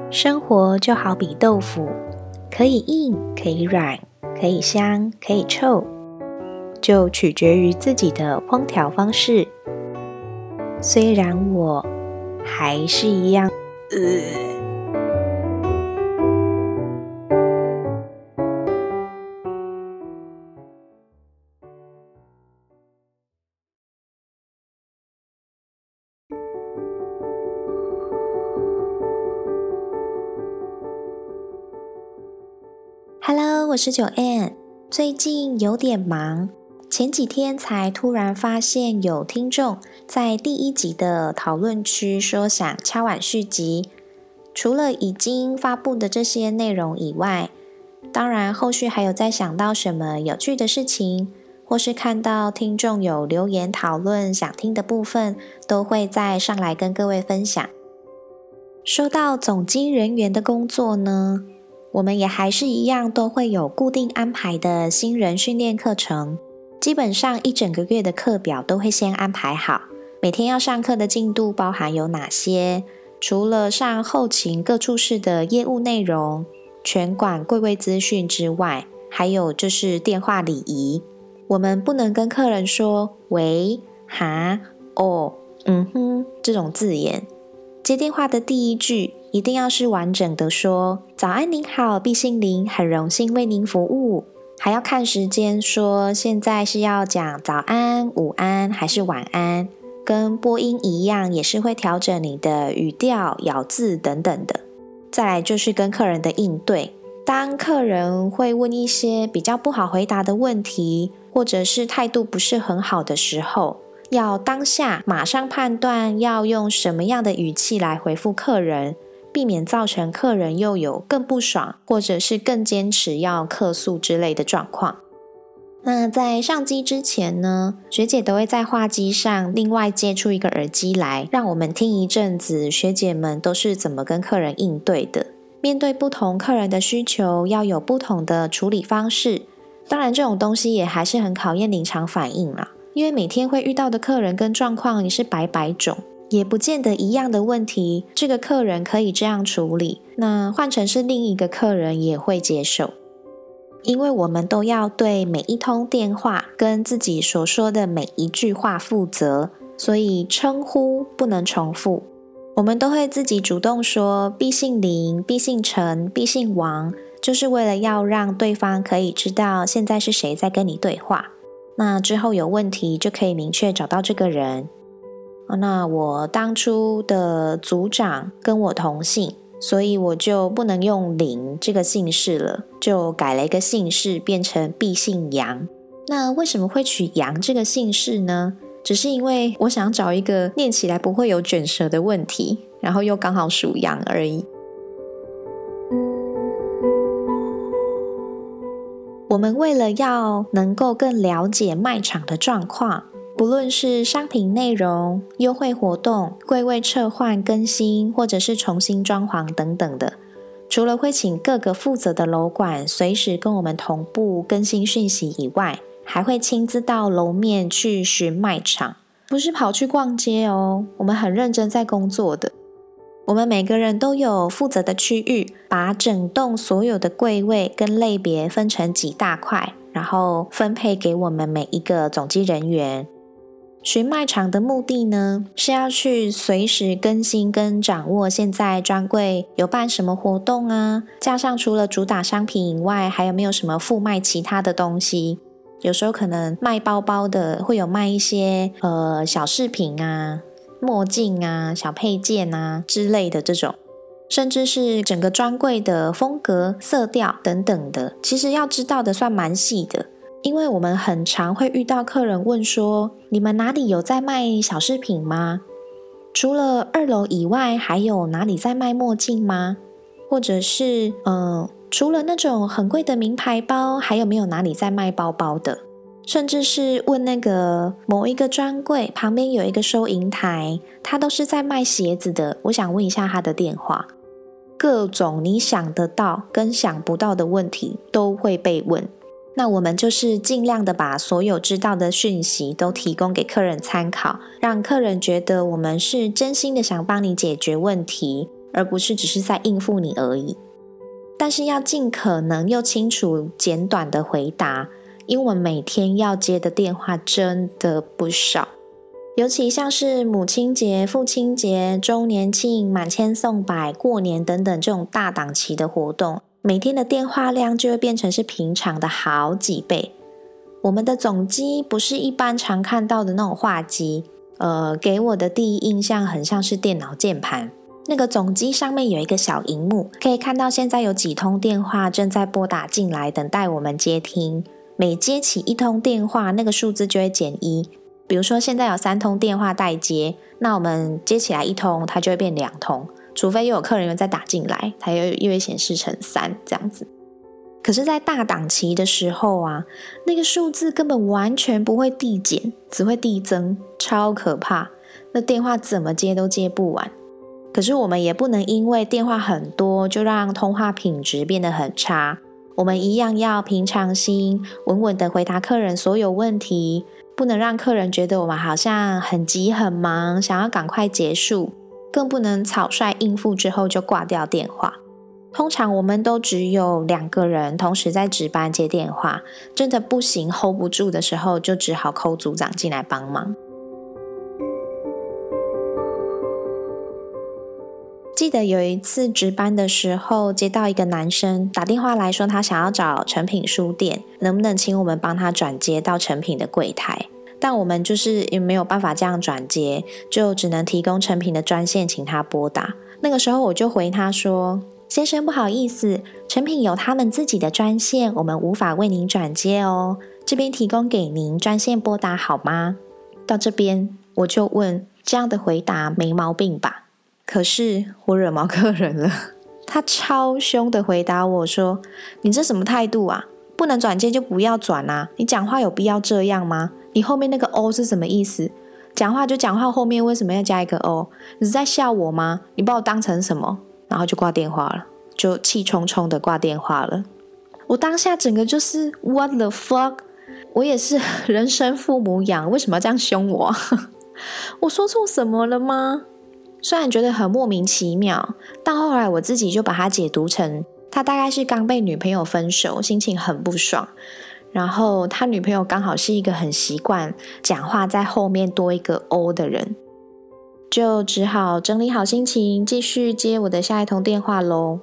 生活就好比豆腐，可以硬，可以软，可以香，可以臭，就取决于自己的烹调方式。虽然我还是一样Hello， 我是9N， 最近有点忙，前几天才突然发现有听众在第1集的讨论区说想敲碗续集。除了已经发布的这些内容以外，当然后续还有再想到什么有趣的事情，或是看到听众有留言讨论想听的部分，都会再上来跟各位分享。说到总机人员的工作呢，我们也还是一样都会有固定安排的新人训练课程，基本上一整个月的课表都会先安排好，每天要上课的进度包含有哪些，除了上后勤各处室的业务内容，全馆柜位资讯之外，还有就是电话礼仪，我们不能跟客人说喂、哈、哦、这种字眼，接电话的第一句一定要是完整的说早安您好，毕姓林，很荣幸为您服务，还要看时间说现在是要讲早安、午安还是晚安，跟播音一样也是会调整你的语调、咬字等等的。再来就是跟客人的应对，当客人会问一些比较不好回答的问题，或者是态度不是很好的时候，要当下马上判断要用什么样的语气来回复客人，避免造成客人又有更不爽，或者是更坚持要客诉之类的状况。那在上机之前呢，学姐都会在话机上另外接出一个耳机来，让我们听一阵子学姐们都是怎么跟客人应对的。面对不同客人的需求，要有不同的处理方式。当然这种东西也还是很考验临场反应啦，因为每天会遇到的客人跟状况也是百百种，也不见得一样的问题，这个客人可以这样处理，那换成是另一个客人也会接受。因为我们都要对每一通电话跟自己所说的每一句话负责，所以称呼不能重复。我们都会自己主动说毕姓林、毕姓陈、毕姓王，就是为了要让对方可以知道现在是谁在跟你对话，那之后有问题就可以明确找到这个人。那我当初的组长跟我同姓，所以我就不能用林这个姓氏了，就改了一个姓氏变成毕姓杨。那为什么会取杨这个姓氏呢？只是因为我想找一个念起来不会有卷舌的问题，然后又刚好属羊而已。我们为了要能够更了解卖场的状况，不论是商品内容、优惠活动、柜位撤换更新，或者是重新装潢等等的，除了会请各个负责的楼管随时跟我们同步更新讯息以外，还会亲自到楼面去巡卖场，不是跑去逛街哦，我们很认真在工作的。我们每个人都有负责的区域，把整栋所有的柜位跟类别分成几大块，然后分配给我们每一个总机人员。巡卖场的目的呢，是要去随时更新跟掌握现在专柜有办什么活动啊，加上除了主打商品以外，还有没有什么附卖其他的东西。有时候可能卖包包的会有卖一些小饰品啊、墨镜啊、小配件啊之类的这种，甚至是整个专柜的风格、色调等等的，其实要知道的算蛮细的。因为我们很常会遇到客人问说，你们哪里有在卖小饰品吗？除了2楼以外，还有哪里在卖墨镜吗？或者是除了那种很贵的名牌包，还有没有哪里在卖包包的？甚至是问那个某一个专柜旁边有一个收银台，他都是在卖鞋子的，我想问一下他的电话。各种你想得到跟想不到的问题都会被问，那我们就是尽量的把所有知道的讯息都提供给客人参考，让客人觉得我们是真心的想帮你解决问题， 而不是只是在应付你而已。但是要尽可能又清楚简短的回答，因为我们每天要接的电话真的不少，尤其像是母亲节、父亲节、周年庆、满千送百、过年等等这种大档期的活动，每天的电话量就会变成是平常的好几倍。我们的总机不是一般常看到的那种话机，给我的第一印象很像是电脑键盘。那个总机上面有一个小萤幕，可以看到现在有几通电话正在拨打进来，等待我们接听。每接起一通电话，那个数字就会减1。比如说现在有3通电话待接，那我们接起来1通，它就会变2通，除非又有客人再打进来，它又会显示成3这样子。可是在大档期的时候啊，那个数字根本完全不会递减，只会递增，超可怕。那电话怎么接都接不完。可是我们也不能因为电话很多就让通话品质变得很差，我们一样要平常心，稳稳的回答客人所有问题，不能让客人觉得我们好像很急很忙，想要赶快结束，更不能草率应付之后就挂掉电话。通常我们都只有2个人同时在值班接电话，真的不行 hold 不住的时候，就只好 call 组长进来帮忙。记得有一次值班的时候，接到一个男生打电话来说他想要找诚品书店，能不能请我们帮他转接到诚品的柜台。但我们就是也没有办法这样转接，就只能提供诚品的专线请他拨打。那个时候我就回他说，先生不好意思，诚品有他们自己的专线，我们无法为您转接哦，这边提供给您专线拨打好吗？到这边我就问，这样的回答没毛病吧？可是我惹毛客人了，他超凶的回答我说，你这什么态度啊？不能转接就不要转啊，你讲话有必要这样吗？你后面那个 O 是什么意思？讲话就讲话，后面为什么要加一个 O？ 你是在笑我吗？你把我当成什么？然后就挂电话了，就气冲冲的挂电话了。我当下整个就是 What the fuck？ 我也是人生父母养，为什么要这样凶我？我说错什么了吗？虽然觉得很莫名其妙，但后来我自己就把它解读成他大概是刚被女朋友分手，心情很不爽，然后他女朋友刚好是一个很习惯讲话在后面多一个 O 的人，就只好整理好心情，继续接我的下一通电话咯。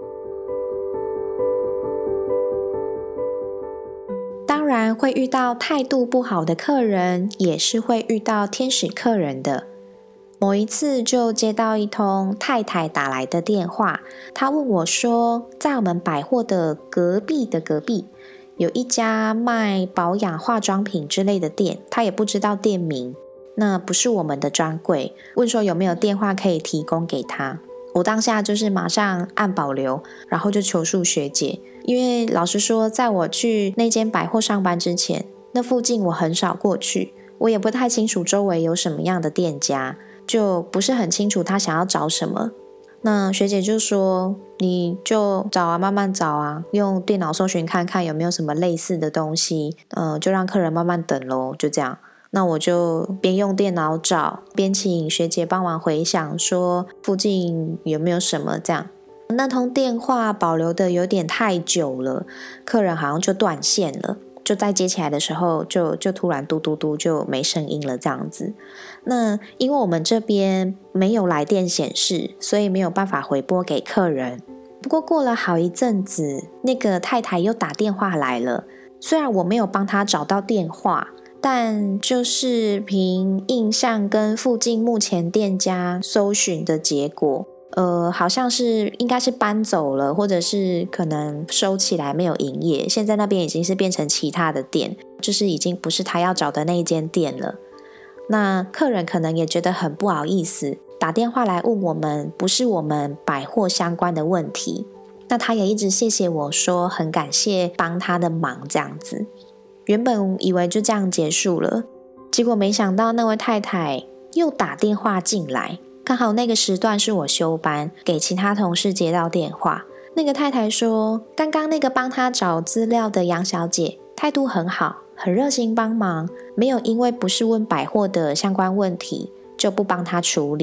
当然会遇到态度不好的客人，也是会遇到天使客人的。某一次就接到一通太太打来的电话，她问我说，在我们百货的隔壁有一家卖保养化妆品之类的店，她也不知道店名，那不是我们的专柜，问说有没有电话可以提供给她。我当下就是马上按保留，然后就求助学姐，因为老实说，在我去那间百货上班之前，那附近我很少过去，我也不太清楚周围有什么样的店家，就不是很清楚他想要找什么。那学姐就说，你就找啊，慢慢找啊，用电脑搜寻看看有没有什么类似的东西，就让客人慢慢等咯，就这样。那我就边用电脑找，边请学姐帮忙回想说附近有没有什么这样。那通电话保留的有点太久了，客人好像就断线了，就在接起来的时候就突然嘟嘟嘟就没声音了这样子。那因为我们这边没有来电显示，所以没有办法回拨给客人。不过过了好一阵子，那个太太又打电话来了，虽然我没有帮她找到电话，但就是凭印象跟附近目前店家搜寻的结果，好像是应该是搬走了，或者是可能收起来没有营业，现在那边已经是变成其他的店，就是已经不是他要找的那一间店了。那客人可能也觉得很不好意思，打电话来问我们不是我们百货相关的问题，那他也一直谢谢我说很感谢帮他的忙这样子。原本以为就这样结束了，结果没想到那位太太又打电话进来，刚好那个时段是我休班，给其他同事接到电话。那个太太说，刚刚那个帮她找资料的杨小姐态度很好，很热心帮忙，没有因为不是问百货的相关问题就不帮她处理，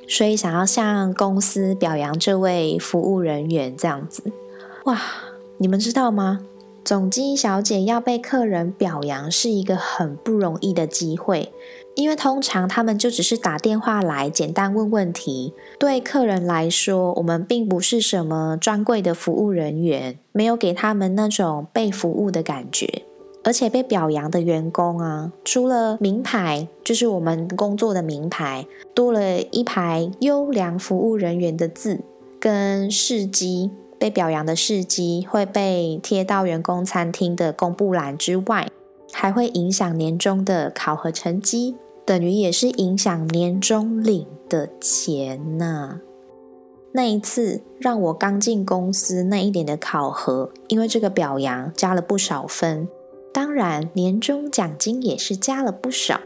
所以想要向公司表扬这位服务人员这样子。哇，你们知道吗？总机小姐要被客人表扬是一个很不容易的机会，因为通常他们就只是打电话来简单问问题，对客人来说，我们并不是什么专柜的服务人员，没有给他们那种被服务的感觉。而且被表扬的员工啊，除了名牌，就是我们工作的名牌，多了一排优良服务人员的字，跟事迹，被表扬的事迹会被贴到员工餐厅的公布栏之外，还会影响年终的考核成绩，等于也是影响年终领的钱呐。那一次让我刚进公司那一年的考核，因为这个表扬加了不少分，当然年终奖金也是加了不少。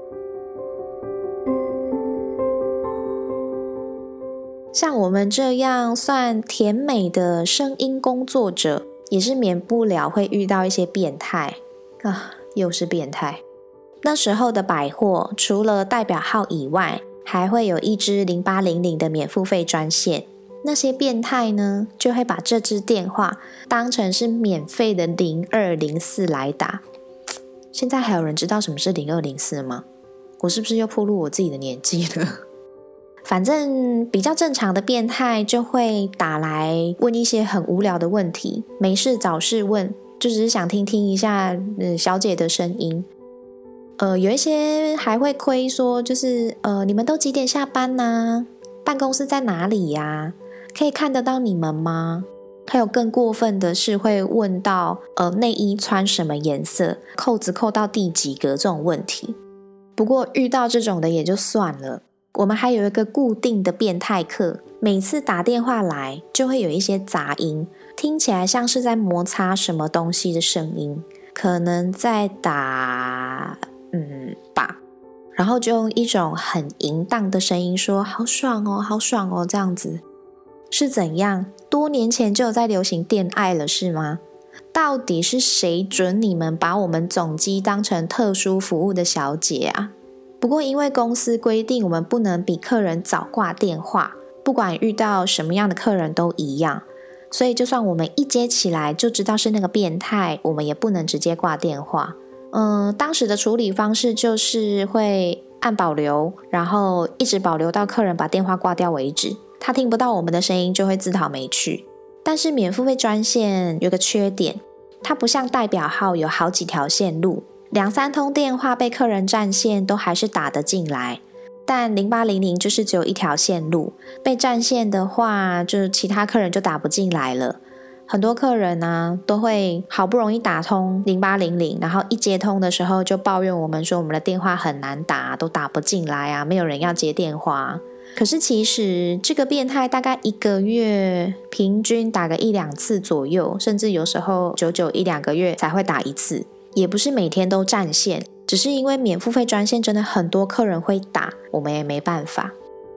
像我们这样算甜美的声音工作者，也是免不了会遇到一些变态啊，又是变态。那时候的百货除了代表号以外，还会有一支0800的免付费专线。那些变态呢，就会把这支电话当成是免费的0204来打。现在还有人知道什么是0204吗？我是不是又暴露我自己的年纪了？反正比较正常的变态就会打来问一些很无聊的问题，没事找事问，就只是想听听一下小姐的声音。有一些还会亏说，就是你们都几点下班啊？办公室在哪里呀？可以看得到你们吗？还有更过分的是会问到内衣穿什么颜色，扣子扣到第几格这种问题。不过遇到这种的也就算了，我们还有一个固定的变态客，每次打电话来就会有一些杂音，听起来像是在摩擦什么东西的声音，可能在打吧，然后就用一种很淫荡的声音说好爽哦好爽哦这样子。是怎样？多年前就有在流行恋爱了是吗？到底是谁准你们把我们总机当成特殊服务的小姐啊？不过因为公司规定我们不能比客人早挂电话，不管遇到什么样的客人都一样，所以就算我们一接起来就知道是那个变态，我们也不能直接挂电话。当时的处理方式就是会按保留，然后一直保留到客人把电话挂掉为止，他听不到我们的声音就会自讨没趣。但是免付费专线有个缺点，它不像代表号有好几条线路，2-3通电话被客人占线都还是打得进来，但0800就是只有一条线路，被占线的话就是其他客人就打不进来了。很多客人啊都会好不容易打通0800，然后一接通的时候就抱怨我们说我们的电话很难打，都打不进来啊，没有人要接电话。可是其实这个变态大概1个月平均打个1-2次左右，甚至有时候久久1-2个月才会打一次，也不是每天都占线，只是因为免付费专线真的很多客人会打，我们也没办法。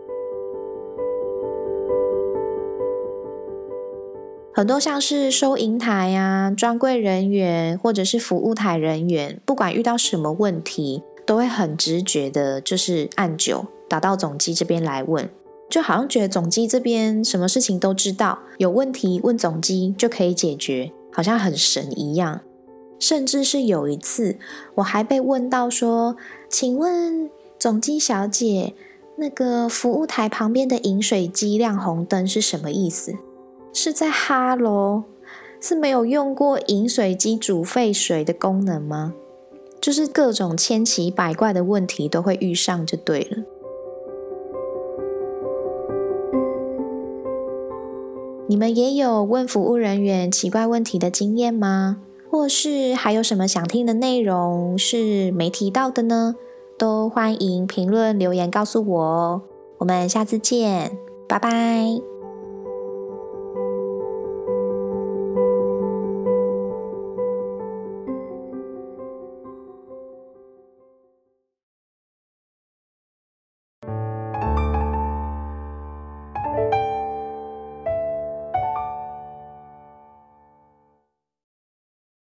很多像是收银台啊、专柜人员或者是服务台人员，不管遇到什么问题，都会很直觉的就是按9打到总机这边来问，就好像觉得总机这边什么事情都知道，有问题问总机就可以解决，好像很神一样。甚至是有一次我还被问到说，请问总机小姐，那个服务台旁边的饮水机亮红灯是什么意思？是在哈喽？是没有用过饮水机煮沸水的功能吗？就是各种千奇百怪的问题都会遇上就对了。你们也有问服务人员奇怪问题的经验吗？或是还有什么想听的内容是没提到的呢？都欢迎评论留言告诉我哦。我们下次见，拜拜。